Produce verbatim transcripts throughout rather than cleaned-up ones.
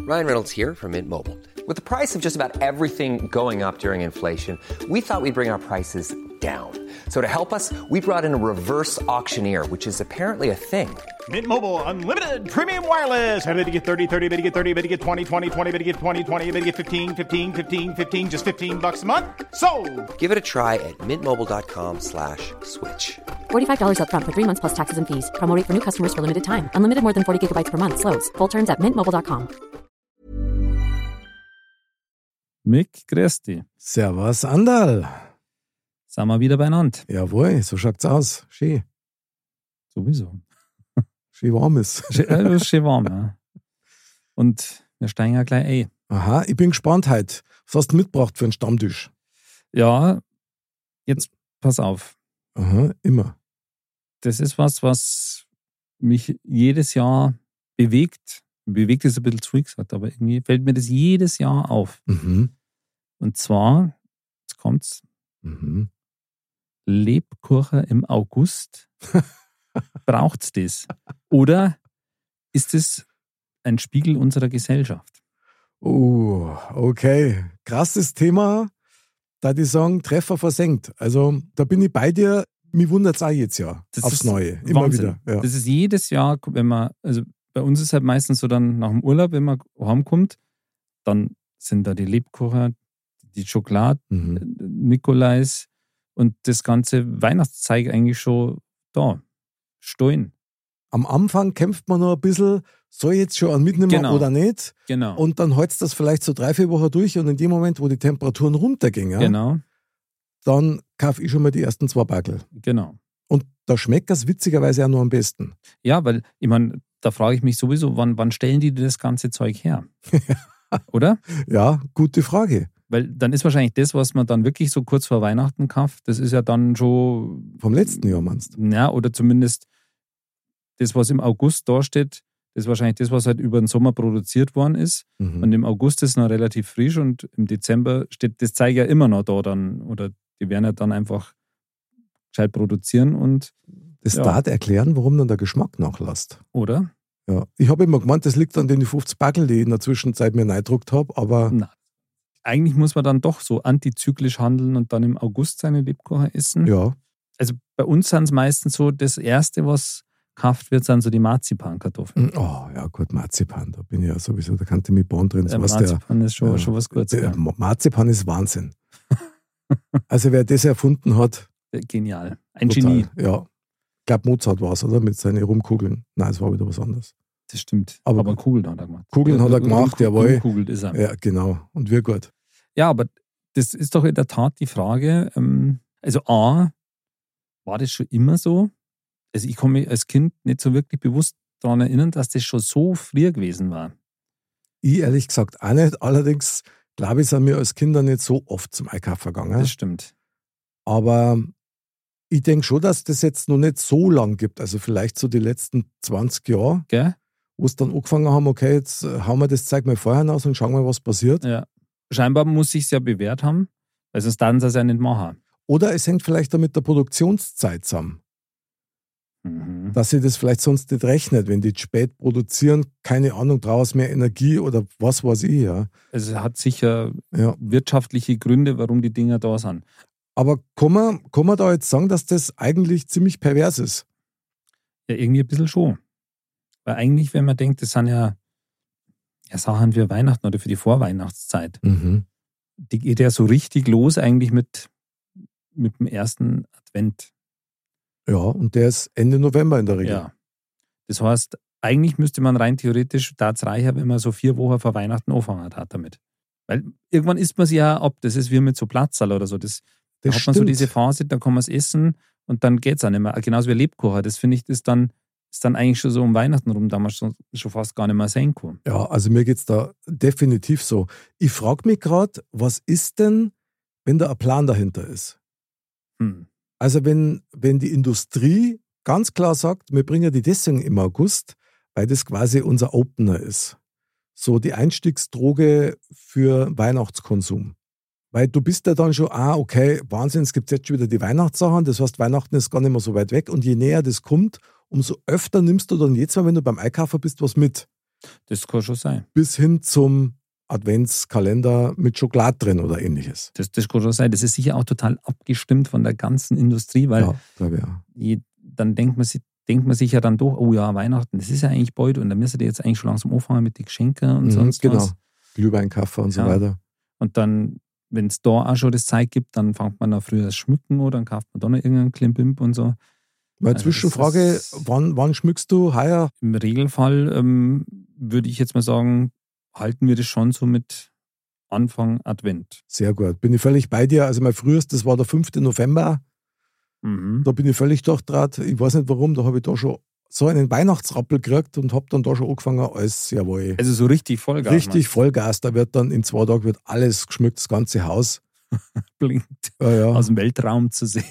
Ryan Reynolds here from Mint Mobile. With the price of just about everything going up during inflation, we thought we'd bring our prices down. So to help us, we brought in a reverse auctioneer, which is apparently a thing. Mint Mobile Unlimited Premium Wireless. How to get thirty, thirty, how to get thirty, how to get twenty, twenty, twenty, how to get twenty, twenty, how to get fifteen, fifteen, fifteen, fifteen, just fifteen bucks a month? Sold! Give it a try at mintmobile.com slash switch. forty-five dollars up front for three months plus taxes and fees. Promo rate for new customers for limited time. Unlimited more than forty gigabytes per month. Slows full terms at mint mobile dot com. Mick, grüß dich. Servus, Anderl. Sind wir wieder beieinander? Jawohl, so schaut's aus. Schön. Sowieso. Schön warm ist. Schön, äh, das ist schön warm, ja. Und wir steigen ja gleich ein. Aha, ich bin gespannt heute. Was hast du mitgebracht für einen Stammtisch? Ja, jetzt pass auf. Aha, immer. Das ist was, was mich jedes Jahr bewegt. Bewegt ist ein bisschen zu gesagt, aber irgendwie fällt mir das jedes Jahr auf. Mhm. Und zwar, jetzt kommt's, Mhm. Lebkuchen im August. Braucht's das? Oder ist es ein Spiegel unserer Gesellschaft? Oh, okay. Krasses Thema. Da die sagen, Treffer versenkt. Also da bin ich bei dir. Mich wundert es auch jetzt ja. Das Aufs ist Neue. Immer Wahnsinn. wieder. Ja. Das ist jedes Jahr, wenn man, also bei uns ist halt meistens so dann nach dem Urlaub, wenn man heimkommt, dann sind da die Lebkuchen, die Schokolade, Mhm. Nikolais und das ganze Weihnachtszeug eigentlich schon da. Stehen. Am Anfang kämpft man noch ein bisschen, soll ich jetzt schon einen mitnehmen Genau. oder nicht? Genau. Und dann hältst du das vielleicht so drei, vier Wochen durch und in dem Moment, wo die Temperaturen runtergehen, ja, Genau, dann kaufe ich schon mal die ersten zwei Backel. genau. Und da schmeckt das witzigerweise auch nur am besten. Ja, weil, ich meine, da frage ich mich sowieso, wann, wann stellen die das ganze Zeug her? Oder? Ja, gute Frage. Weil dann ist wahrscheinlich das, was man dann wirklich so kurz vor Weihnachten kauft, das ist ja dann schon, Vom letzten Jahr meinst du? ja, oder zumindest das, was im August dasteht, das ist wahrscheinlich das, was halt über den Sommer produziert worden ist. Mhm. Und im August ist es noch relativ frisch und im Dezember steht das Zeug ja immer noch da dann. Oder die werden ja dann einfach gescheit produzieren und, Das ja. darf erklären, warum dann der Geschmack nachlässt. oder? Ja. Ich habe immer gemeint, das liegt an den fünfzig Backel, die ich in der Zwischenzeit mir reingedruckt habe, aber Nein. Eigentlich muss man dann doch so antizyklisch handeln und dann im August seine Lebkuchen essen. ja. Also bei uns sind es meistens so, das Erste, was gekauft wird, sind so die Marzipankartoffeln. Oh, ja gut, Marzipan, da bin ich ja sowieso, da kannte mich Bahn drin. Der Was Marzipan ist schon, ja, schon was Gutes. der, Ja. Marzipan ist Wahnsinn. Also wer das erfunden hat, Genial. Ein total, Genie, ja. Ich glaube Mozart war es, oder? Mit seinen Rumkugeln. Nein, es war wieder was anderes. das stimmt. Aber Aber, gut. Kugeln hat er gemacht. Kugeln hat er gemacht, jawohl. Kugelt ist er. Ja, genau. Und wir gut. Ja, aber das ist doch in der Tat die Frage, ähm, also A, war das schon immer so? Also ich kann mich als Kind nicht so wirklich bewusst daran erinnern, dass das schon so früh gewesen war. Ich ehrlich gesagt auch nicht. Allerdings, glaube ich, sind wir als Kinder nicht so oft zum Einkaufen gegangen. Das stimmt. Aber ich denke schon, dass das jetzt noch nicht so lang gibt. Also vielleicht so die letzten zwanzig Jahre, Gell? wo es dann angefangen haben, okay, jetzt hauen wir das Zeug mal vorher raus und schauen mal, was passiert. Ja. Scheinbar muss sich ja bewährt haben, weil sonst dann sie es ja nicht machen. Oder es hängt vielleicht auch mit der Produktionszeit zusammen. Mhm. Dass sie das vielleicht sonst nicht rechnet, wenn die spät produzieren, keine Ahnung, brauchst mehr Energie oder was weiß ich, ja. Also es hat sicher ja. wirtschaftliche Gründe, warum die Dinger da sind. Aber kann man, kann man da jetzt sagen, dass das eigentlich ziemlich pervers ist? Ja, irgendwie ein bisschen schon. Weil eigentlich, wenn man denkt, das sind ja, ja Sachen für Weihnachten oder für die Vorweihnachtszeit. Mhm. Die geht ja so richtig los eigentlich mit, mit dem ersten Advent. Ja, und der ist Ende November in der Regel. Ja. Das heißt, eigentlich müsste man rein theoretisch da reicher, wenn man so vier Wochen vor Weihnachten angefangen hat damit. Weil irgendwann isst man es ja ab. Das ist wie mit so Platzerl oder so. Das, da Das hat man so stimmt. diese Phase, dann kann man es essen und dann geht es auch nicht mehr. Genauso wie Lebkuchen. Das finde ich, das dann, ist dann eigentlich schon so um Weihnachten rum, da man schon, schon fast gar nicht mehr sehen kann. Ja, also mir geht es da definitiv so. Ich frage mich gerade, was ist denn, wenn da ein Plan dahinter ist? Hm. Also wenn, wenn die Industrie ganz klar sagt, wir bringen die deswegen im August, weil das quasi unser Opener ist. So die Einstiegsdroge für Weihnachtskonsum. Weil du bist ja dann schon, ah, okay, Wahnsinn, es gibt jetzt schon wieder die Weihnachtssachen, das heißt, Weihnachten ist gar nicht mehr so weit weg und je näher das kommt, umso öfter nimmst du dann jetzt mal, wenn du beim Einkaufen bist, was mit. Das kann schon sein. Bis hin zum Adventskalender mit Schokolade drin oder ähnliches. Das, das kann schon sein. Das ist sicher auch total abgestimmt von der ganzen Industrie, weil Ja, glaube ich auch. je, dann denkt man, sich, denkt man sich ja dann doch, oh ja, Weihnachten, das ist ja eigentlich bald und dann müsst ihr jetzt eigentlich schon langsam anfangen mit den Geschenken und Mhm, sonst genau. was. Glühweinkaffer und so Ja. weiter. Und dann, wenn es da auch schon das Zeug gibt, dann fängt man da früher das Schmücken oder dann kauft man da noch irgendeinen Klimbimp und so. Meine Also das Zwischenfrage, ist- wann, wann schmückst du heuer? Im Regelfall ähm, würde ich jetzt mal sagen, halten wir das schon so mit Anfang Advent. Sehr gut. Bin ich völlig bei dir. Also mein frühestes, das war der fünfte November. Mhm. Da bin ich völlig durchdraht. Ich weiß nicht warum, da habe ich da schon so einen Weihnachtsrappel gekriegt und habe dann da schon angefangen, alles, jawohl. Also so richtig Vollgas. Richtig Vollgas. Da wird dann in zwei Tagen wird alles geschmückt, das ganze Haus. man. Blinkt Ja, ja. aus dem Weltraum zu sehen.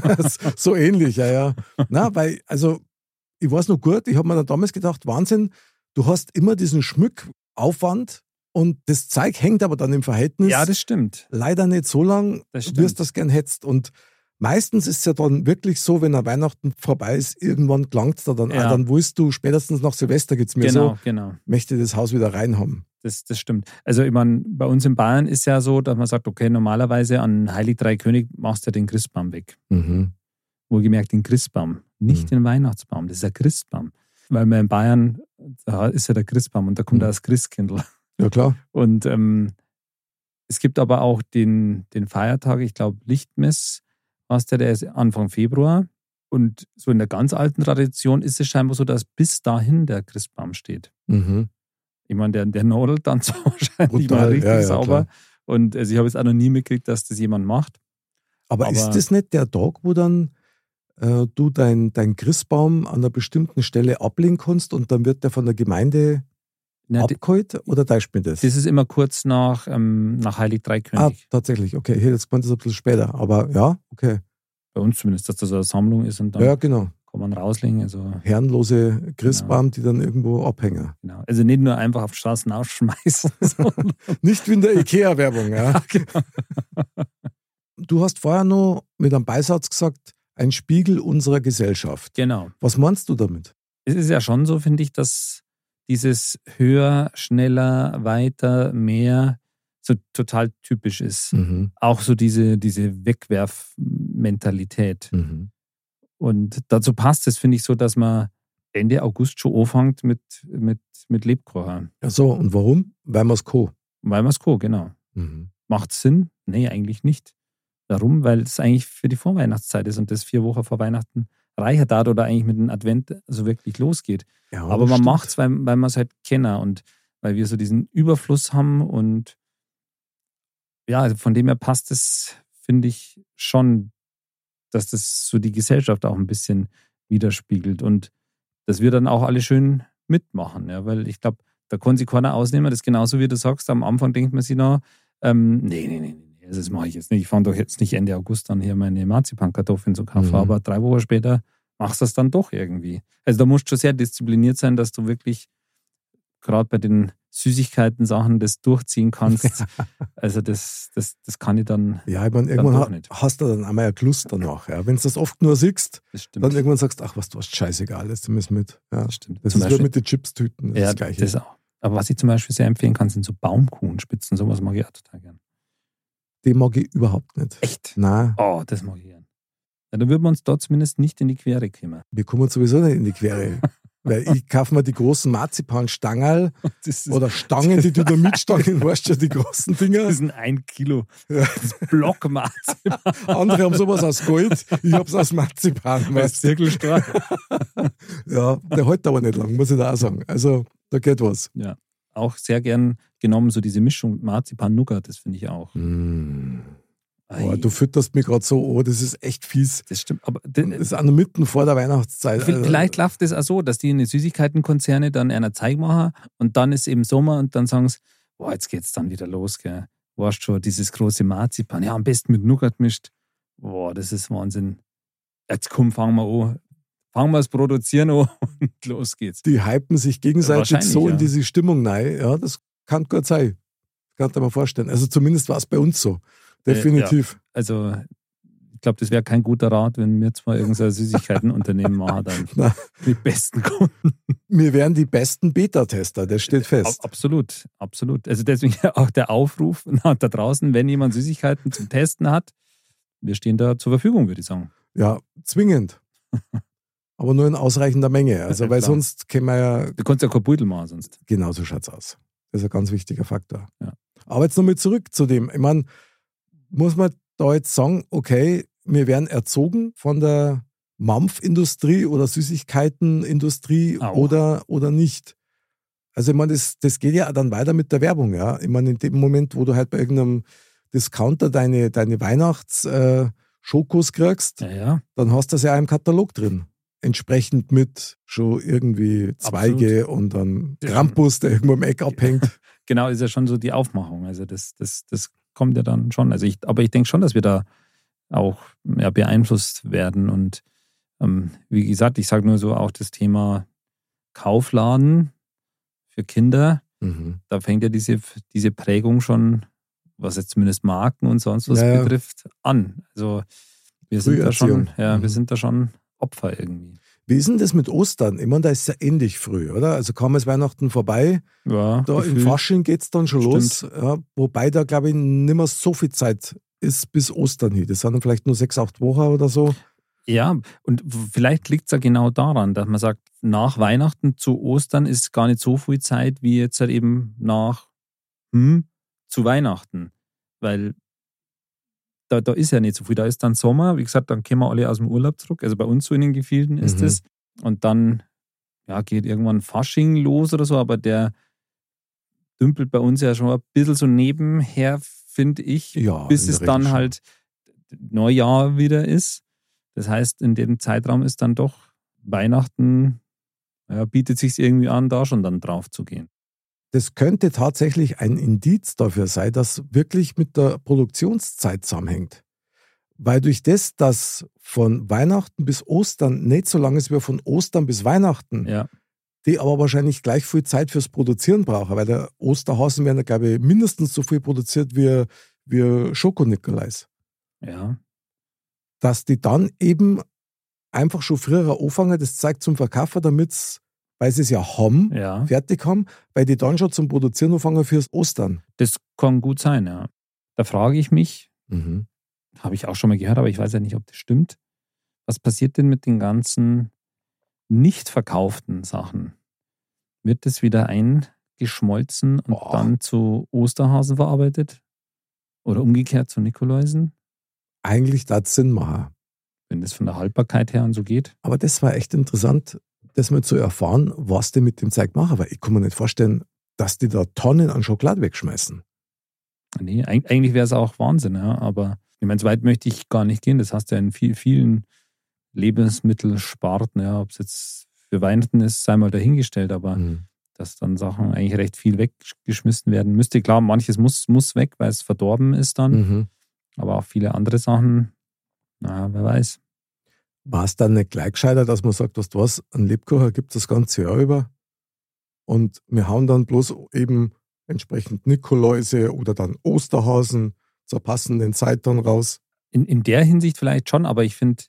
So ähnlich, ja, ja. Na, weil, also, ich weiß noch gut, ich habe mir dann damals gedacht, Wahnsinn, du hast immer diesen Schmückaufwand und das Zeug hängt aber dann im Verhältnis Ja, das stimmt. leider nicht so lang, Das wie stimmt. es das gern hättest. Und meistens ist es ja dann wirklich so, wenn ein Weihnachten vorbei ist, irgendwann gelangt es da dann, Ja. auch, dann willst du spätestens nach Silvester, geht es mir Genau, so, genau. möchte das Haus wieder reinhaben. Das, das stimmt. Also ich meine, bei uns in Bayern ist ja so, dass man sagt, okay, normalerweise an Heilig Drei König machst du den Christbaum weg. Mhm. Wohlgemerkt den Christbaum, nicht Mhm. den Weihnachtsbaum. Das ist ein Christbaum. Weil man in Bayern, da ist ja der Christbaum und da kommt Mhm. auch das Christkindl. Ja, klar. Und ähm, es gibt aber auch den, den Feiertag, ich glaube Lichtmess, was der, der ist Anfang Februar. Und so in der ganz alten Tradition ist es scheinbar so, dass bis dahin der Christbaum steht. Mhm. Ich meine, der, der nadelt dann so wahrscheinlich Brutal, mal richtig ja, ja, sauber. klar. Und also ich habe jetzt auch noch nie mitgekriegt, dass das jemand macht. Aber, Aber- ist das nicht der Tag, wo dann äh, du dein, dein Christbaum an einer bestimmten Stelle ablegen kannst und dann wird der von der Gemeinde Na, d- abgeholt? Oder täuscht mir das? das ist immer kurz nach, ähm, nach Heilig Drei ah, König. tatsächlich. Okay, ich hätte jetzt gemeint, das ist ein bisschen später. Aber ja, okay. Bei uns zumindest, dass das eine Sammlung ist und dann Ja, genau. kann man rauslegen. Also, Herrenlose Christbaum, die dann irgendwo abhängen. genau. Also nicht nur einfach auf die Straßen ausschmeißen. sondern- Nicht wie in der Ikea-Werbung. Ja. genau. Du hast vorher noch mit einem Beisatz gesagt, ein Spiegel unserer Gesellschaft. Genau. Was meinst du damit? Es ist ja schon so, finde ich, dass dieses höher, schneller, weiter, mehr so total typisch ist. Mhm. Auch so diese, diese Wegwerfmentalität. Mhm. Und dazu passt es, finde ich, so, dass man Ende August schon anfängt mit, mit, mit Lebkuchen. Ja, so, und warum? Weil man es kann. Weil man es kann, genau. Mhm. Macht Sinn? Nee, eigentlich nicht. Warum? Weil es eigentlich für die Vorweihnachtszeit ist und das vier Wochen vor Weihnachten reicher da oder eigentlich mit dem Advent so wirklich losgeht. Ja, Aber man stimmt. macht es, weil, weil man es halt kennt und weil wir so diesen Überfluss haben und ja, also von dem her passt es, finde ich, schon, dass das so die Gesellschaft auch ein bisschen widerspiegelt und dass wir dann auch alle schön mitmachen, ja, weil ich glaube, da kann sich keiner ausnehmen, das ist genauso wie du sagst, am Anfang denkt man sich noch, ähm, nee, nee, nee, nee, also das mache ich jetzt nicht, ich fange doch jetzt nicht Ende August an, hier meine Marzipankartoffeln zu kaufen, Mhm. aber drei Wochen später machst du das dann doch irgendwie. Also da musst du schon sehr diszipliniert sein, dass du wirklich gerade bei den Süßigkeiten-Sachen das durchziehen kannst. Also das, das, das kann ich dann, Ja, ich meine, Dann irgendwann doch ha- nicht. hast du dann einmal eine Lust danach. Ja. Wenn du das oft nur siehst, das stimmt. dann irgendwann sagst du, ach was, du hast scheißegal, jetzt müssen wir mit. Ja. das stimmt. Das Zum ist wie Beispiel- mit den Chips-Tüten. Das ja, ist das Gleiche. das auch. Aber was ich zum Beispiel sehr empfehlen kann, sind so Baumkuchenspitzen. Sowas mag ich auch total gern. Den mag ich überhaupt nicht. Echt? Nein, Oh, das mag ich gern. Ja, da würden wir uns da zumindest nicht in die Quere kommen. wir kommen sowieso nicht in die Quere. Weil ich kaufe mir die großen Marzipanstangerl Das ist, oder Stangen, die Dynamitstangen, weißt du, die großen Dinger. das sind ein Kilo. Ja. Das Blockmarzipan. Andere haben sowas aus Gold, ich hab's aus Marzipan. Das Weißt du. Zirkelstark. Ja, der hält aber nicht lang, muss ich da auch sagen. Also, da geht was. Auch sehr gern genommen, so diese Mischung Marzipan-Nougat, das finde ich auch. Mm. Ei, Oh, du fütterst mich gerade so, oh, das ist echt fies. das stimmt. Aber Das d- ist auch noch mitten vor der Weihnachtszeit. Also, vielleicht läuft es auch so, dass die in den Süßigkeitenkonzerne dann einer Zeig machen und dann ist eben Sommer und dann sagen sie, boah, jetzt geht's dann wieder los, gell. Weißt schon, dieses große Marzipan, ja, am besten mit Nougat mischt. Boah, das ist Wahnsinn. Jetzt komm, fangen wir an. Fangen wir das Produzieren an und los geht's. Die hypen sich gegenseitig Wahrscheinlich, so in ja. diese Stimmung rein. Ja, das kann gut sein. Kann ich mir vorstellen. Also zumindest war es bei uns so. Definitiv. Also Ich glaube, das wäre kein guter Rat, wenn wir zwar irgendein Süßigkeitenunternehmen machen, dann Na. die besten Kunden. Wir wären die besten Beta-Tester, das steht fest. Absolut, absolut. Also deswegen auch der Aufruf nach da draußen, wenn jemand Süßigkeiten zum Testen hat, wir stehen da zur Verfügung, würde ich sagen. Ja, zwingend. Aber nur in ausreichender Menge. Also, Ja, weil klar. sonst können wir ja. Du kannst ja kein Beutel machen sonst. Genau so schaut's aus. Das ist ein ganz wichtiger Faktor. Ja. Aber jetzt nochmal zurück zu dem. Ich meine, muss man da jetzt sagen, okay, wir werden erzogen von der Mampfindustrie oder Süßigkeitenindustrie Auch. oder, oder nicht. Also ich meine, das, das geht ja dann weiter mit der Werbung. Ja? Ich meine, in dem Moment, wo du halt bei irgendeinem Discounter deine, deine Weihnachts-Schokos kriegst, Ja, ja. dann hast du das ja auch im Katalog drin. Entsprechend mit schon irgendwie Zweige Absolut. und dann Ja. Krampus, der irgendwo im Eck abhängt. Genau, ist ja schon so die Aufmachung. Also das, das, das kommt ja dann schon. Also ich, aber ich denke schon, dass wir da auch ja, beeinflusst werden. Und ähm, wie gesagt, ich sage nur so auch das Thema Kaufladen für Kinder. Mhm. Da fängt ja diese, diese Prägung schon, was jetzt zumindest Marken und sonst was Ja, ja. betrifft, an. Also wir sind da schon, Früherziehung. ja, wir Mhm. sind da schon Opfer irgendwie. Wie ist denn das mit Ostern? Ich meine, da ist es ja ähnlich früh, oder? Also kaum ist Weihnachten vorbei, Ja, da im gefühlt. Fasching geht es dann schon Stimmt. los. Ja, wobei da, glaube ich, nicht mehr so viel Zeit ist bis Ostern hin. Das sind dann vielleicht nur sechs, acht Wochen oder so. Ja, und vielleicht liegt es ja genau daran, dass man sagt, nach Weihnachten zu Ostern ist gar nicht so viel Zeit wie jetzt halt eben nach hm, zu Weihnachten. Weil da, da ist ja nicht so viel. Da ist dann Sommer, wie gesagt, dann kommen wir alle aus dem Urlaub zurück. Also bei uns so in den Gefilden ist Mhm. es. Und dann ja, geht irgendwann Fasching los oder so, aber der dümpelt bei uns ja schon ein bisschen so nebenher, finde ich, Ja, bis in es der dann Regel schon. halt Neujahr wieder ist. Das heißt, in dem Zeitraum ist dann doch Weihnachten, ja, bietet sich irgendwie an, da schon dann drauf zu gehen. Das könnte tatsächlich ein Indiz dafür sein, dass wirklich mit der Produktionszeit zusammenhängt. Weil durch das, dass von Weihnachten bis Ostern nicht so lang ist wie von Ostern bis Weihnachten, Ja, die aber wahrscheinlich gleich viel Zeit fürs Produzieren brauchen, weil der Osterhasen werden, glaube ich, mindestens so viel produziert wie, wie Schoko-Nikolais. ja, Dass die dann eben einfach schon früher anfangen, das zeigt zum Verkaufen, damit sie, weil sie es ja haben, ja. fertig haben, weil die dann schon zum Produzieren anfangen fürs Ostern. Das kann gut sein, ja. Da frage ich mich, Mhm. habe ich auch schon mal gehört, aber ich weiß ja nicht, ob das stimmt. Was passiert denn mit den ganzen nicht verkauften Sachen? Wird das wieder eingeschmolzen und Boah. dann zu Osterhasen verarbeitet? Oder umgekehrt zu Nikoläusen? Eigentlich darf es Sinn machen. Wenn das von der Haltbarkeit her und so geht. Aber das war echt interessant, das mal zu erfahren, was die mit dem Zeug machen. Weil ich kann mir nicht vorstellen, dass die da Tonnen an Schokolade wegschmeißen. Nee, eig- eigentlich wäre es auch Wahnsinn, ja. Aber ich meine, so weit möchte ich gar nicht gehen. Das hast du ja in viel, vielen Lebensmittelsparten, ja. Ob es jetzt für Weihnachten ist, sei mal dahingestellt, aber Mhm. dass dann Sachen eigentlich recht viel weggeschmissen werden müsste. Klar, manches muss, muss weg, weil es verdorben ist dann. Mhm. Aber auch viele andere Sachen, naja, wer weiß. War es dann nicht gleich gescheiter, dass man sagt, was du was, einen Lebkuchen gibt es das ganze Jahr über und wir hauen dann bloß eben entsprechend Nikoläuse oder dann Osterhasen zur passenden Zeit dann raus. In, in der Hinsicht vielleicht schon, aber ich finde,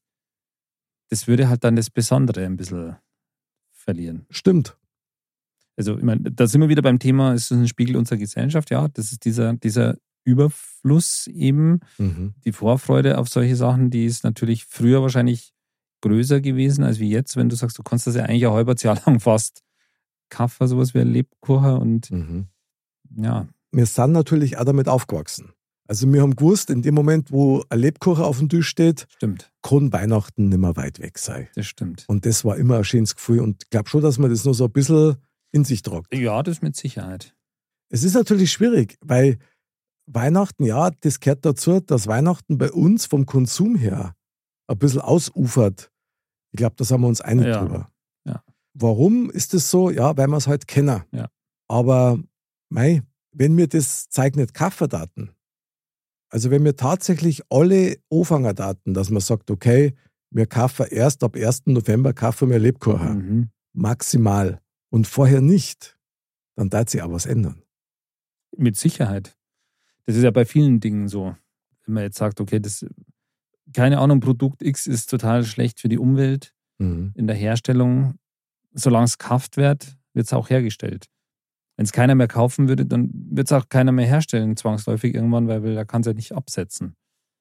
das würde halt dann das Besondere ein bisschen verlieren. Stimmt. Also, ich meine, da sind wir wieder beim Thema, es ist ein Spiegel unserer Gesellschaft, ja. Das ist dieser, dieser Überfluss eben, Mhm. die Vorfreude auf solche Sachen, die ist natürlich früher wahrscheinlich größer gewesen als wie jetzt, wenn du sagst, du kannst das ja eigentlich ein halbes Jahr lang fast kaufen, sowas wie ein Lebkuchen und Mhm. ja, Wir sind natürlich auch damit aufgewachsen. Also wir haben gewusst, in dem Moment, wo ein Lebkuchen auf dem Tisch steht, stimmt, kann Weihnachten nicht mehr weit weg sein. das stimmt. Und das war immer ein schönes Gefühl. Und ich glaube schon, dass man das nur so ein bisschen in sich tragt. Ja, das mit Sicherheit. Es ist natürlich schwierig, weil Weihnachten, ja, das gehört dazu, dass Weihnachten bei uns vom Konsum her ein bisschen ausufert. Ich glaube, da sind wir uns einig Ja. drüber. Ja. Warum ist das so? Ja, weil wir es halt kennen. Ja. Aber mei, wenn wir das Zeug nicht kaufen daten, also wenn wir tatsächlich alle anfangen daten, dass man sagt, okay, wir kaufen erst ab ersten November kaufen wir Lebkuchen, Mhm. maximal, und vorher nicht, dann darf sich auch was ändern. Mit Sicherheit. Das ist ja bei vielen Dingen so. Wenn man jetzt sagt, okay, das keine Ahnung, Produkt X ist total schlecht für die Umwelt Mhm. in der Herstellung. Solange es gekauft wird, wird es auch hergestellt. Wenn es keiner mehr kaufen würde, dann wird es auch keiner mehr herstellen, zwangsläufig irgendwann, weil er kann es ja nicht absetzen.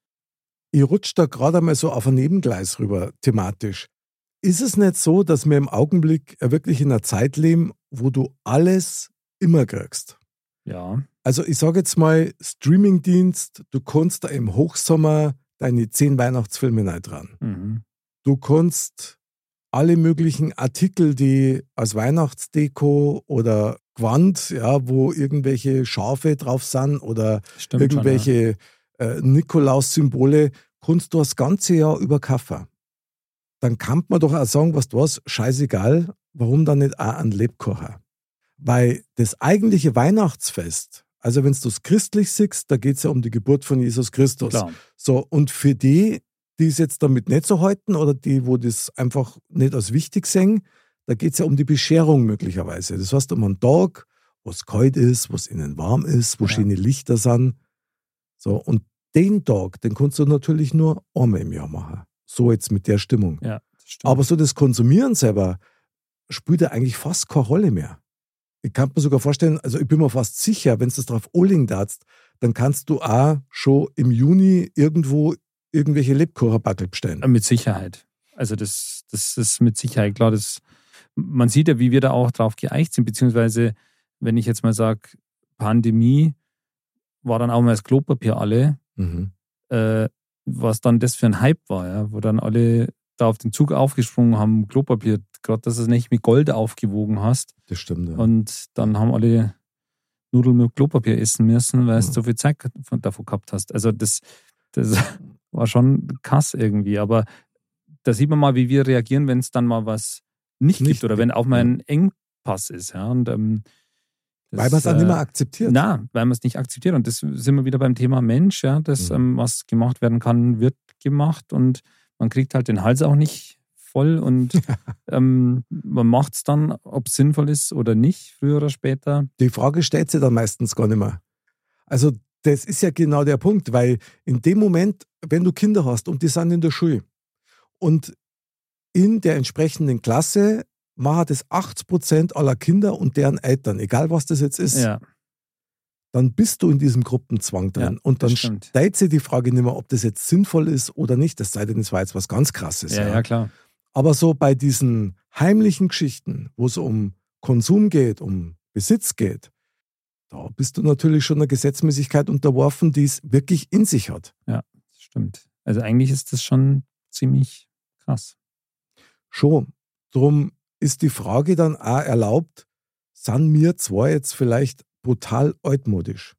Ich rutsche da gerade einmal so auf ein Nebengleis rüber, thematisch. Ist es nicht so, dass wir im Augenblick wirklich in einer Zeit leben, wo du alles immer kriegst? Ja. Also ich sage jetzt mal, Streamingdienst, du kannst da im Hochsommer deine zehn Weihnachtsfilme rein dran. Mhm. Du kannst alle möglichen Artikel, die als Weihnachtsdeko oder Gewand, ja, wo irgendwelche Schafe drauf sind oder Stimmt irgendwelche schon, äh, Nikolaus-Symbole, kannst du das ganze Jahr über kaufen. Dann kann man doch auch sagen, was du was, scheißegal, warum dann nicht auch ein Lebkuchen? Weil das eigentliche Weihnachtsfest, also wenn du es christlich siehst, da geht es ja um die Geburt von Jesus Christus. Klar. So, und für die, die es jetzt damit nicht so halten oder die, wo das einfach nicht als wichtig sehen, da geht es ja um die Bescherung möglicherweise. Das heißt, um einen Tag, wo es kalt ist, wo es innen warm ist, wo Ja. schöne Lichter sind. So, und den Tag, den kannst du natürlich nur einmal im Jahr machen. So jetzt mit der Stimmung. Ja, das stimmt. Aber so das Konsumieren selber spielt ja eigentlich fast keine Rolle mehr. Ich kann mir sogar vorstellen, also ich bin mir fast sicher, wenn du das drauf anlegen darfst, dann kannst du auch schon im Juni irgendwo irgendwelche Lebkuchenbackel bestellen. Mit Sicherheit. Also das, das ist mit Sicherheit klar. Das, man sieht ja, wie wir da auch drauf geeicht sind, beziehungsweise, wenn ich jetzt mal sage, Pandemie, war dann auch mal das Klopapier alle, Mhm. äh, was dann das für ein Hype war, ja, wo dann alle da auf den Zug aufgesprungen haben, Klopapier, gerade dass du es nicht mit Gold aufgewogen hast. Das stimmt, ja. Und dann haben alle Nudeln mit Klopapier essen müssen, weil Mhm. du so viel Zeit davon gehabt hast. Also das, das war schon krass irgendwie. Aber da sieht man mal, wie wir reagieren, wenn es dann mal was nicht, Nicht gibt oder wenn gibt, auch mal ja. ein Engpass ist. Ja. Und, ähm, das, Weil man es dann äh, nicht mehr akzeptiert. Na, weil man es nicht akzeptiert. Und das sind wir wieder beim Thema Mensch. Ja, das, Mhm. ähm, was gemacht werden kann, wird gemacht. Und man kriegt halt den Hals auch nicht voll. Und ähm, man macht es dann, ob es sinnvoll ist oder nicht, früher oder später. Die Frage stellt sich dann meistens gar nicht mehr. Also das ist ja genau der Punkt, weil in dem Moment, wenn du Kinder hast und die sind in der Schule und in der entsprechenden Klasse machen das achtzig Prozent aller Kinder und deren Eltern, egal was das jetzt ist, Ja, dann bist du in diesem Gruppenzwang drin. Ja, und dann das stimmt. stellt sich die Frage nicht mehr, ob das jetzt sinnvoll ist oder nicht. Das sei denn, es war jetzt was ganz Krasses. ja, ja, klar. Aber so bei diesen heimlichen Geschichten, wo es um Konsum geht, um Besitz geht, da bist du natürlich schon einer Gesetzmäßigkeit unterworfen, die es wirklich in sich hat. Ja, das stimmt. Also eigentlich ist das schon ziemlich krass. Schon. Drum ist die Frage dann auch erlaubt, sind wir zwei jetzt vielleicht brutal altmodisch?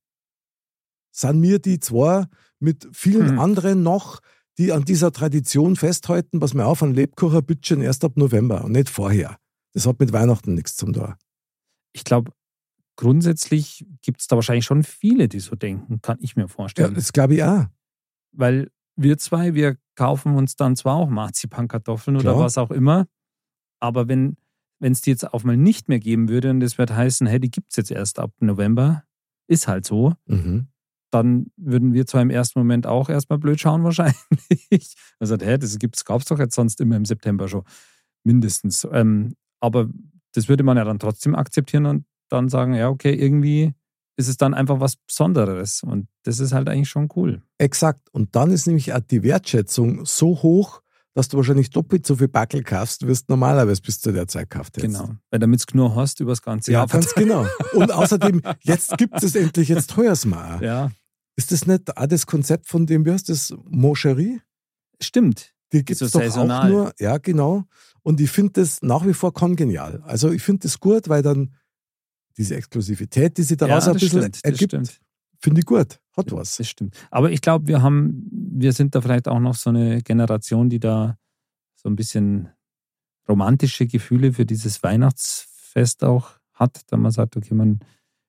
Sind wir die zwei mit vielen Hm. anderen noch, die an dieser Tradition festhalten, was wir auf, ein Lebkuchenbüttchen erst ab November und nicht vorher? Das hat mit Weihnachten nichts zum tun. Ich glaube, grundsätzlich gibt es da wahrscheinlich schon viele, die so denken, kann ich mir Ja, vorstellen. das glaube ich auch. Weil wir zwei, wir kaufen uns dann zwar auch Marzipankartoffeln oder Klar. was auch immer, aber wenn es die jetzt auch mal nicht mehr geben würde und das wird heißen, hey, die gibt es jetzt erst ab November, ist halt so, Mhm. dann würden wir zwar im ersten Moment auch erstmal blöd schauen wahrscheinlich. Also, hä, das gab es doch jetzt sonst immer im September schon, mindestens. Ähm, aber das würde man ja dann trotzdem akzeptieren und dann sagen, ja, okay, irgendwie ist es dann einfach was Besonderes und das ist halt eigentlich schon cool. Exakt. Und dann ist nämlich auch die Wertschätzung so hoch, dass du wahrscheinlich doppelt so viel Backel kaufst, wie du normalerweise bis zu der Zeit gekauft hättest. Genau. Weil damit du nur hast über das ganze Ja, Jahr. ganz genau. Und außerdem, jetzt gibt es endlich, jetzt teuer es mal. auch. Ja, Ist das nicht auch das Konzept von dem, wie heißt das, Moncherie? stimmt. Die gibt So es doch saisonal. auch nur, ja genau. Und ich finde das nach wie vor kongenial. Also ich finde das gut, weil dann diese Exklusivität, die sich daraus Ja, ein das bisschen stimmt, das ergibt, stimmt. finde ich gut. Hat was. Das stimmt. Aber ich glaube, wir haben, wir sind da vielleicht auch noch so eine Generation, die da so ein bisschen romantische Gefühle für dieses Weihnachtsfest auch hat, da man sagt, okay, man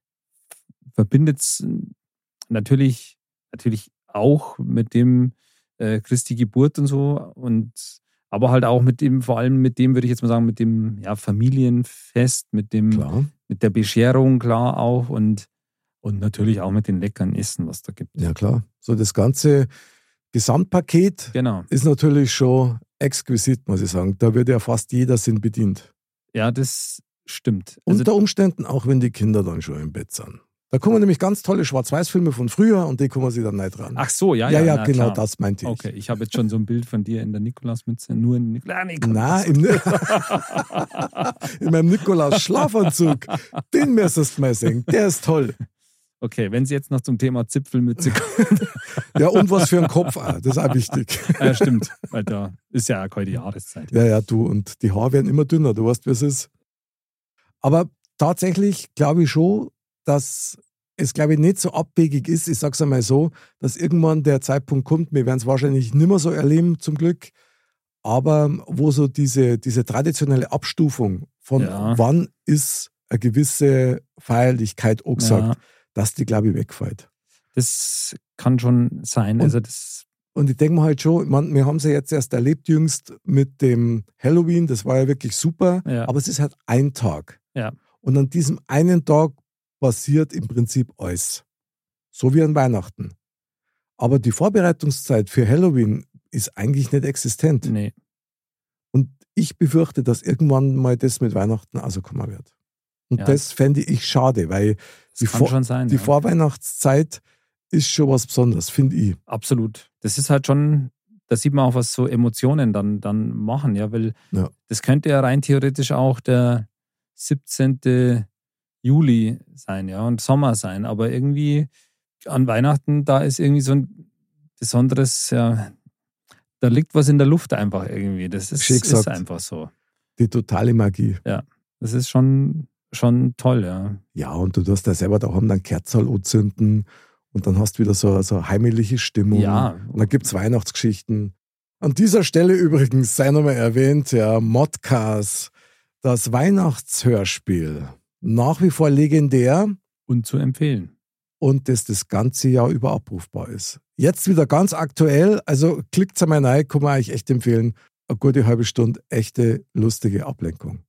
verbindet es natürlich, natürlich auch mit dem äh, Christi Geburt und so, und aber halt auch mit dem, vor allem mit dem, würde ich jetzt mal sagen, mit dem ja, Familienfest, mit dem, Klar. mit der Bescherung, klar auch, und, und natürlich auch mit den leckeren Essen, was da gibt. Ja klar. So das ganze, Gesamtpaket Genau. ist natürlich schon exquisit, muss ich sagen. Da wird ja fast jeder Sinn bedient. Ja, das stimmt. Also, Unter Umständen auch, wenn die Kinder dann schon im Bett sind. Da kommen nämlich ganz tolle Schwarz-Weiß-Filme von früher und die kommen sie dann nicht ran. ach so, ja, ja, ja. ja, na, genau klar. das meinte ich. Okay, ich habe jetzt schon so ein Bild von dir in der Nikolausmütze. Nur in, Nik ah, nee, komm, Nein, das- im, in meinem Nikolaus-Schlafanzug. Den müsstest du mal sehen. Der ist toll. Okay, wenn Sie jetzt noch zum Thema Zipfelmütze kommen. Ja, und was für ein Kopf auch. Das ist auch wichtig. Ja, stimmt, weil da ist ja auch keine Jahreszeit. Ja, ja, du. Und die Haare werden immer dünner. Du weißt, wie es ist. Aber tatsächlich glaube ich schon, dass es, glaube ich, nicht so abwegig ist. Ich sage es einmal so, dass irgendwann der Zeitpunkt kommt, wir werden es wahrscheinlich nicht mehr so erleben, zum Glück, aber wo so diese, diese traditionelle Abstufung von Ja. wann ist eine gewisse Feierlichkeit auch gesagt, Ja. dass die, glaube ich, wegfällt. Das kann schon sein. Und- Also das, Und ich denke mir halt schon, man, wir haben es ja jetzt erst erlebt jüngst mit dem Halloween, das war ja wirklich super, Ja. aber es ist halt ein Tag. Ja. Und an diesem einen Tag passiert im Prinzip alles. So wie an Weihnachten. Aber die Vorbereitungszeit für Halloween ist eigentlich nicht existent. nee. Und ich befürchte, dass irgendwann mal das mit Weihnachten also kommen wird. Und Ja. das fände ich schade, weil Das die, kann Vor schon sein. die ja. Vorweihnachtszeit ist schon was Besonderes, finde ich. Absolut. Das ist halt schon, da sieht man auch, was so Emotionen dann, dann machen, ja, weil Ja. das könnte ja rein theoretisch auch der siebzehnten Juli sein, ja, und Sommer sein, aber irgendwie an Weihnachten, da ist irgendwie so ein besonderes, ja, da liegt was in der Luft einfach irgendwie. Das ist, Schön ist gesagt. einfach so. Die totale Magie. Das ist schon, schon toll, ja. Ja, und du darfst da selber daheim dann Kerzen anzünden und dann hast du wieder so, so eine heimliche Stimmung. Ja. Und dann gibt es Weihnachtsgeschichten. An dieser Stelle übrigens sei nochmal erwähnt, ja, Modcast, das Weihnachtshörspiel. Nach wie vor legendär Und zu empfehlen. und das das ganze Jahr über abrufbar ist. Jetzt wieder ganz aktuell, also klickt einmal rein, kann man euch echt empfehlen. Eine gute halbe Stunde, echte, lustige Ablenkung.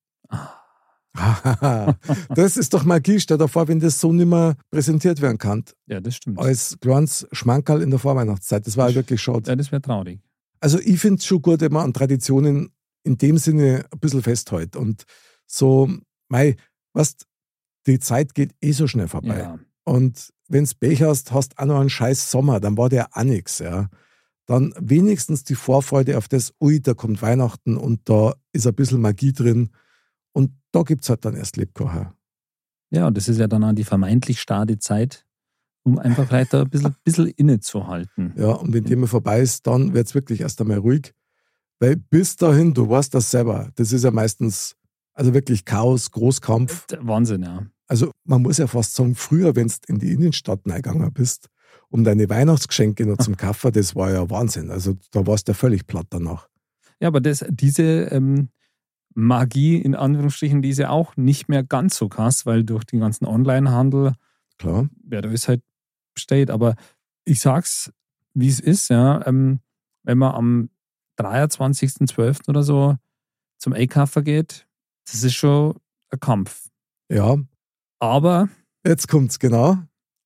Das ist doch Magie. Stell dir vor, wenn das so nicht mehr präsentiert werden kann. Ja, das stimmt. Als kleines Schmankerl in der Vorweihnachtszeit. Das war halt wirklich schade. Ja, das wäre traurig. Also ich finde es schon gut, wenn man an Traditionen in dem Sinne ein bisschen festhält. Und so, mei, weißt, die Zeit geht eh so schnell vorbei. Ja. Und wenn du Pech hast, hast auch noch einen scheiß Sommer, dann war der auch nix, ja. Dann wenigstens die Vorfreude auf das, ui, da kommt Weihnachten und da ist ein bisschen Magie drin. Und da gibt es halt dann erst Lebkuchen. Ja, und das ist ja dann auch die vermeintlich starke Zeit, um einfach vielleicht da ein bisschen, bisschen innezuhalten. Ja, und wenn die mal vorbei ist, dann wird es wirklich erst einmal ruhig. Weil bis dahin, du weißt das selber, das ist ja meistens, also wirklich Chaos, Großkampf. Wahnsinn, ja. Also man muss ja fast sagen, früher, wenn du in die Innenstadt reingegangen bist, um deine Weihnachtsgeschenke noch zum Kaufen, das war ja Wahnsinn. Also da warst du ja völlig platt danach. Ja, aber das, diese ähm, Magie, in Anführungsstrichen, die ist ja auch nicht mehr ganz so krass, weil durch den ganzen Onlinehandel, Klar. ja, da ist halt besteht. Aber ich sag's, wie es ist, ja, ähm, wenn man am dreiundzwanzigsten zwölften oder so zum Einkaufen geht, das ist schon ein Kampf. Ja, Aber jetzt kommt's, genau.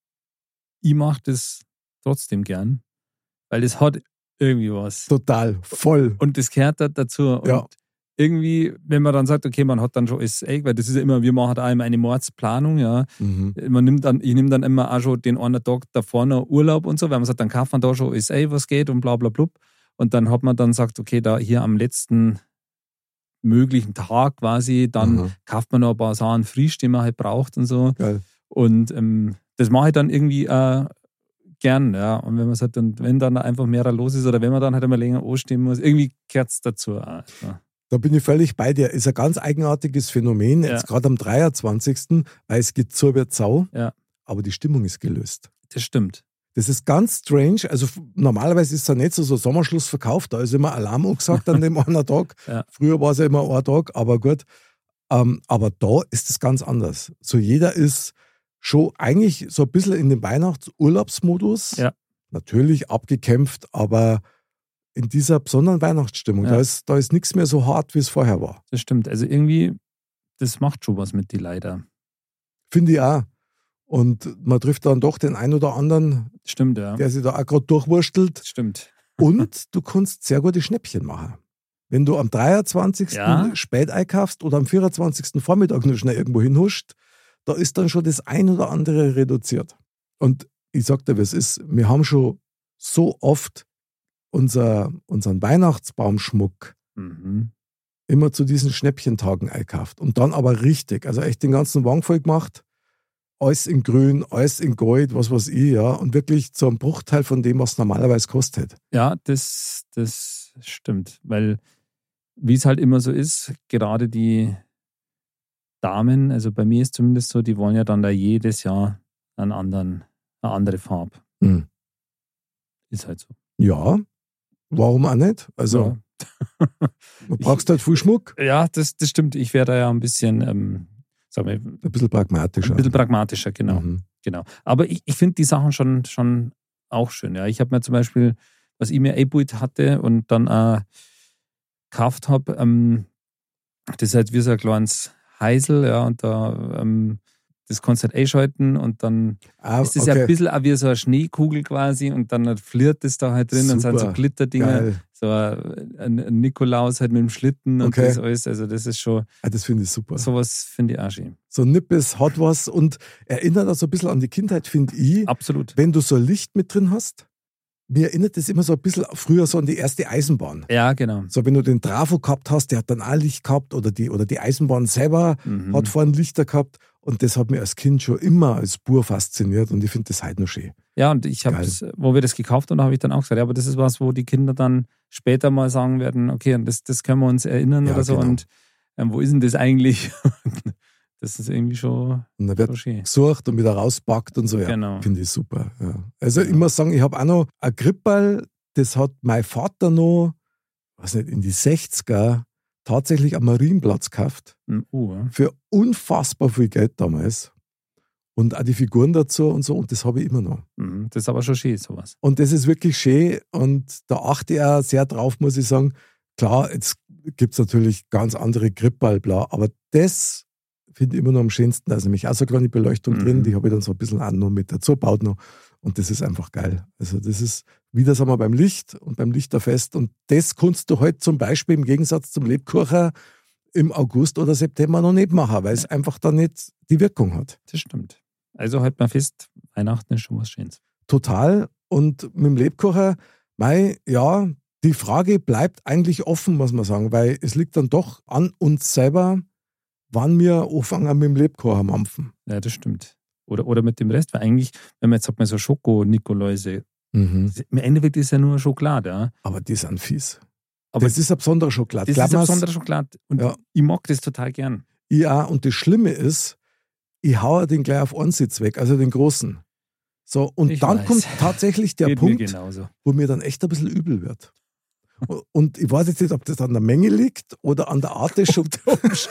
ich mache das trotzdem gern, weil es hat irgendwie was. Total, voll. Und das gehört da dazu. Und Ja. irgendwie, wenn man dann sagt, okay, man hat dann schon alles, ey, weil das ist ja immer, wir machen da immer eine Mordsplanung, ja. Mhm. Man nimmt dann, ich nehme dann immer auch schon den einen Tag davor noch Urlaub und so, weil man sagt, dann kauft man da schon alles, ey, was geht und bla bla blub. Und dann hat man dann sagt, okay, da hier am letzten möglichen Tag quasi, dann Mhm. kauft man noch ein paar Sachen frisch, die man halt braucht und so. Geil. Und ähm, das mache ich dann irgendwie äh, gern, ja. Und wenn man sagt, dann, wenn dann einfach mehr los ist oder wenn man dann halt immer länger anstehen muss, irgendwie gehört es dazu auch. Ja. Da bin ich völlig bei dir. Ist ein ganz eigenartiges Phänomen, Ja. jetzt gerade am dreiundzwanzigsten weil es geht zur wird Sau, Ja. aber die Stimmung ist gelöst. Das stimmt. Das ist ganz strange. Also f- normalerweise ist es ja nicht so, so Sommerschlussverkauf, da ist immer Alarm angesagt an dem einen Tag. Ja. Früher war es ja immer ein Tag, aber gut. Ähm, aber da ist es ganz anders. So jeder ist schon eigentlich so ein bisschen in dem Weihnachtsurlaubsmodus. Ja. Natürlich abgekämpft, aber in dieser besonderen Weihnachtsstimmung. Ja. Da ist, da ist nichts mehr so hart, wie es vorher war. Das stimmt. Also irgendwie, das macht schon was mit die leider. Finde ich auch. Und man trifft dann doch den einen oder anderen, Stimmt, ja. der sich da auch gerade durchwurstelt. Das stimmt. Und du kannst sehr gute Schnäppchen machen. Wenn du am dreiundzwanzigsten Ja. spät einkaufst oder am vierundzwanzigsten Vormittag nur schnell irgendwo hinhuscht, da ist dann schon das ein oder andere reduziert. Und ich sag dir, was ist, wir haben schon so oft unser, unseren Weihnachtsbaumschmuck Mhm. immer zu diesen Schnäppchentagen einkauft. Und dann aber richtig, also echt den ganzen Wagen voll gemacht, alles in grün, alles in Gold, was weiß ich, ja, und wirklich zu einem Bruchteil von dem, was es normalerweise kostet. Ja, das, das stimmt. Weil, wie es halt immer so ist, gerade die Damen, also bei mir ist zumindest so, die wollen ja dann da jedes Jahr einen anderen, eine andere Farbe. Hm. Ist halt so. Ja, warum auch nicht? Also, man brauchst halt viel Schmuck, Ja, ja das, das stimmt. Ich wäre da ja ein bisschen, ähm, sagen wir, ein bisschen pragmatischer. ein bisschen pragmatischer, genau. Mhm. genau. Aber ich, ich finde die Sachen schon, schon auch schön. Ja. Ich habe mir zum Beispiel, was ich mir eingebaut hatte und dann auch gekauft habe, ähm, das ist halt wie so ein kleines Heisel, ja, und da ähm, das kannst du halt einschalten und dann Ah, ist das ja okay. ein bisschen auch wie so eine Schneekugel quasi und dann flirrt das da halt drin und sind so Super. Glitterdinger, Geil. so ein, ein Nikolaus halt mit dem Schlitten und Okay. das alles. Also das ist schon, Ah, das finde ich super. sowas finde ich auch schön. So Nippes hat was und erinnert auch so ein bisschen an die Kindheit, finde ich. Absolut. Wenn du so ein Licht mit drin hast, mir erinnert das immer so ein bisschen früher so an die erste Eisenbahn. Ja, genau. So, wenn du den Trafo gehabt hast, der hat dann auch Licht gehabt oder die, oder die Eisenbahn selber Mhm. hat vorne Lichter gehabt und das hat mich als Kind schon immer als Bur fasziniert und ich finde das heute noch schön. Ja, und ich habe Geil. das, wo wir das gekauft haben, habe ich dann auch gesagt, ja, aber das ist was, wo die Kinder dann später mal sagen werden, okay, und das, das können wir uns erinnern Ja, oder so genau. und ähm, wo ist denn das eigentlich? Das ist irgendwie schon, Und dann schon wird schön. gesucht und wieder rauspackt und so, ja. Genau. Finde ich super. Ja. Also Genau. ich muss sagen, ich habe auch noch ein Gripperl, das hat mein Vater noch, weiß nicht, in die sechziger tatsächlich am Marienplatz gekauft. Ein U, ja. Für unfassbar viel Geld damals. Und auch die Figuren dazu und so. Und das habe ich immer noch. Mhm. Das ist aber schon schön, sowas. Und das ist wirklich schön. Und da achte ich auch sehr drauf, muss ich sagen. Klar, jetzt gibt es natürlich ganz andere Gripperl, bla. Aber das finde ich immer noch am schönsten. Da ist nämlich auch so eine kleine Beleuchtung Mhm. drin. Die habe ich dann so ein bisschen auch noch mit dazu gebaut noch. Und das ist einfach geil. Also das ist wieder, sagen wir, beim Licht und beim Lichterfest. Und das kannst du halt zum Beispiel im Gegensatz zum Lebkuchen im August oder September noch nicht machen, weil es einfach dann nicht die Wirkung hat. Das stimmt. Also halt mal fest, Weihnachten ist schon was Schönes. Total. Und mit dem Lebkuchen, mei, ja, die Frage bleibt eigentlich offen, muss man sagen, weil es liegt dann doch an uns selber, wann wir anfangen mit dem Lebkuchen am Ampfen. Ja, das stimmt. Oder, oder mit dem Rest, weil eigentlich, wenn man jetzt sagt, mal so Schoko-Nikoläuse, Mhm. im Endeffekt ist ja nur Schokolade, ja. Aber die sind fies. Aber das ist eine besondere Schokolade. das Glaub ist eine mir's, besondere Schokolade und Ja. ich mag das total gern. Ich auch. Und das Schlimme ist, ich haue den gleich auf einen Sitz weg, also den großen. So, und Ich dann weiß. kommt tatsächlich der Geht Punkt, mir genauso. wo mir dann echt ein bisschen übel wird. Und ich weiß jetzt nicht, ob das an der Menge liegt oder an der Art des Schokolads.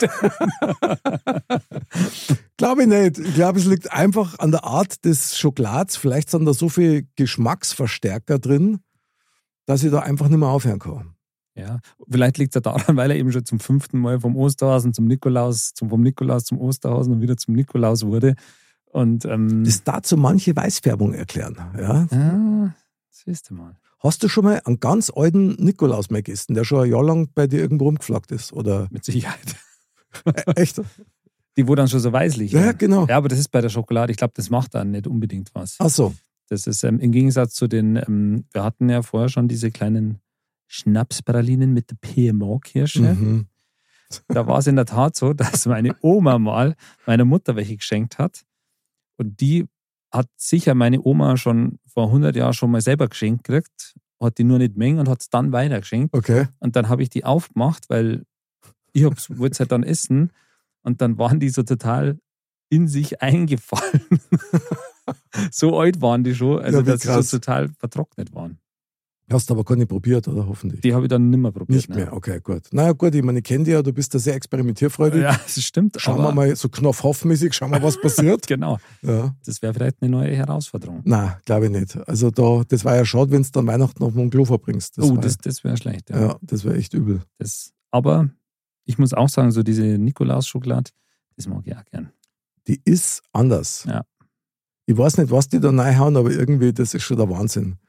Glaube ich nicht. Ich glaube, es liegt einfach an der Art des Schokolads. Vielleicht sind da so viele Geschmacksverstärker drin, dass ich da einfach nicht mehr aufhören kann. Ja, vielleicht liegt es ja daran, weil er eben schon zum fünften Mal vom Osterhasen zum Nikolaus, zum, vom Nikolaus zum Osterhasen und wieder zum Nikolaus wurde. Und ähm, Das dazu manche Weißfärbung erklären. Ja? ja, siehst du mal. Hast du schon mal einen ganz alten Nikolaus mal gegessen, der schon ein Jahr lang bei dir irgendwo rumgeflaggt ist? Oder Mit Sicherheit. äh, echt? Die, wo dann schon so weißlich Ja, werden. genau. Ja, aber das ist bei der Schokolade, ich glaube, das macht dann nicht unbedingt was. Ach so. Das ist ähm, im Gegensatz zu den, ähm, wir hatten ja vorher schon diese kleinen Schnapspralinen mit der P M O-Kirsche. Mhm. Da war es in der Tat so, dass meine Oma mal meiner Mutter welche geschenkt hat. Und die hat sicher meine Oma schon vor hundert Jahren schon mal selber geschenkt gekriegt, hat die nur nicht mengen und hat es dann weitergeschenkt. Okay. Und dann habe ich die aufgemacht, weil ich wollte es halt dann essen. Und dann waren die so total in sich eingefallen. So alt waren die schon, also Ja, wie dass sie krass. so total vertrocknet waren. Hast aber gar nicht probiert, oder hoffentlich? Die habe ich dann nimmer probiert. Nicht mehr, okay, gut. Naja, gut, ich meine, ich kenne dich ja, du bist da sehr experimentierfreudig. Ja, das stimmt. Schauen aber wir mal, so knopfhoffmäßig, schauen wir, was passiert. Genau. Ja. Das wäre vielleicht eine neue Herausforderung. Nein, glaube ich nicht. Also da, das war ja schade, wenn du dann Weihnachten auf Mont Klo verbringst. Das oh, war, das, das wäre schlecht. Ja. ja, das wäre echt übel. Das, aber ich muss auch sagen, so diese Nikolaus-Schokolade, das mag ich auch gern. Die ist anders. Ja. Ich weiß nicht, was die da reinhauen, aber irgendwie, das ist schon der Wahnsinn.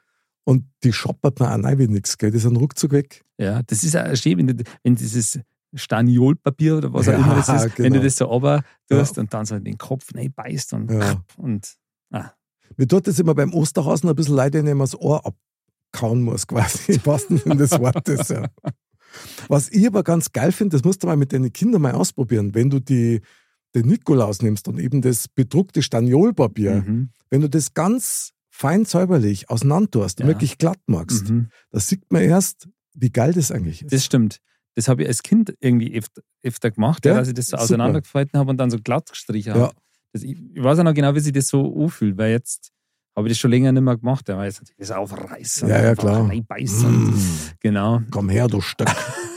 Und die shoppert man auch rein wie nichts, gell? Die sind ruckzuck weg. Ja, das ist ja schön, wenn, du, wenn dieses Staniolpapier oder was auch Ja, immer das ist, genau. wenn du das so runter tust Ja. und dann so in den Kopf rein beißt und, Ja. und ah. Mir tut das immer beim Osterhasen ein bisschen leid, wenn ich mir das Ohr abkauen muss, quasi. Im wahrsten Sinne des Wortes, ja. Was ich aber ganz geil finde, das musst du mal mit deinen Kindern mal ausprobieren, wenn du die, den Nikolaus nimmst und eben das bedruckte Staniolpapier, Mhm. wenn du das ganz fein säuberlich auseinander tust und Ja. wirklich glatt machst, Mhm. da sieht man erst, wie geil das eigentlich ist. Das stimmt. Das habe ich als Kind irgendwie öfter, öfter gemacht, Ja, ja, dass ich das so super. auseinandergefalten habe und dann so glatt gestrichen Ja. habe. Das, ich, ich weiß auch noch genau, wie sich das so anfühlt, weil jetzt habe ich das schon länger nicht mehr gemacht, weil jetzt natürlich das aufreißen Ja, ja, und klar. reinbeißen. Mm. Genau. Komm her, du Stück.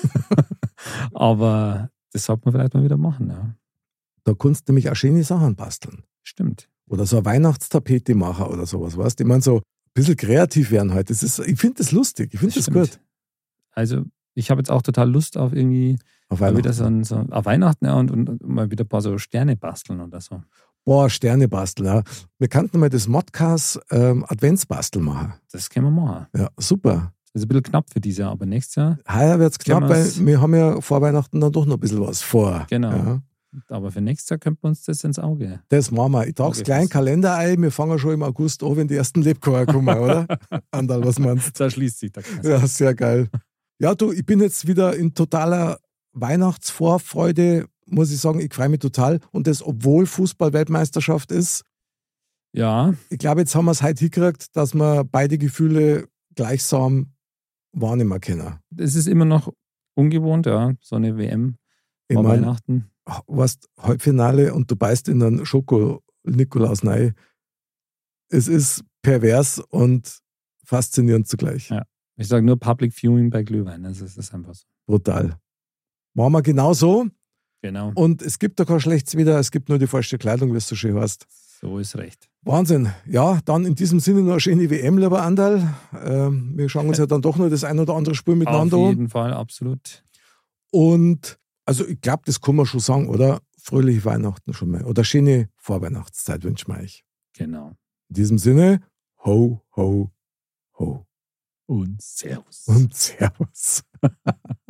Aber das sollte man vielleicht mal wieder machen, ja. Da kannst du nämlich auch schöne Sachen basteln. Stimmt. Oder so eine Weihnachtstapete machen oder sowas, weißt du? Ich meine, so ein bisschen kreativ werden halt. Das ist, ich finde das lustig, ich finde das, stimmt. gut. Also, ich habe jetzt auch total Lust auf irgendwie Auf mal wieder Weihnachten. so, ein, so auf Weihnachten ja, und, und mal wieder ein paar so Sterne basteln oder so. Boah, Sterne basteln. Ja. Wir könnten mal das Modcast ähm, Adventsbastel machen. Das können wir machen. Ja, super. Das ist ein bisschen knapp für dieses Jahr, aber nächstes Jahr, Heuer wird es knapp, Können weil wir's- wir haben ja vor Weihnachten dann doch noch ein bisschen was vor. Genau. Ja. aber für nächstes Jahr könnte man uns das ins Auge. Das machen wir. Ich trage es Okay, gleich in den das- Kalender ein. Wir fangen schon im August an, wenn die ersten Lebkuchen kommen, oder? Andal, was meinst Da schließt sich der Kreis. du? Ja, sehr geil. Ja, du, ich bin jetzt wieder in totaler Weihnachtsvorfreude, muss ich sagen. Ich freue mich total. Und das, obwohl Fußball-Weltmeisterschaft ist. Ja, Ich glaube, jetzt haben wir es heute hingekriegt, dass wir beide Gefühle gleichsam wahrnehmen können. es ist immer noch ungewohnt, ja, so eine W M Ich vor mein, Weihnachten. warst Halbfinale und du beißt in einen Schoko-Nikolaus rein. Es ist pervers und faszinierend zugleich. Ja. Ich sage nur Public Viewing bei Glühwein. Also es ist einfach so. Brutal. Machen wir genau so. Genau, Und es gibt da kein schlechtes Wetter, es gibt nur die falsche Kleidung, wie es so schön heißt. so ist recht. Wahnsinn. Ja, dann in diesem Sinne noch eine schöne W M, lieber Andal. Ähm, wir schauen uns ja dann doch noch das ein oder andere Spiel miteinander Auf an. jeden Fall, absolut. Und also ich glaube, das kann man schon sagen, oder? Fröhliche Weihnachten schon mal. Oder schöne Vorweihnachtszeit wünschen wir euch. Genau. In diesem Sinne, ho, ho, ho. Und Servus. Und Servus.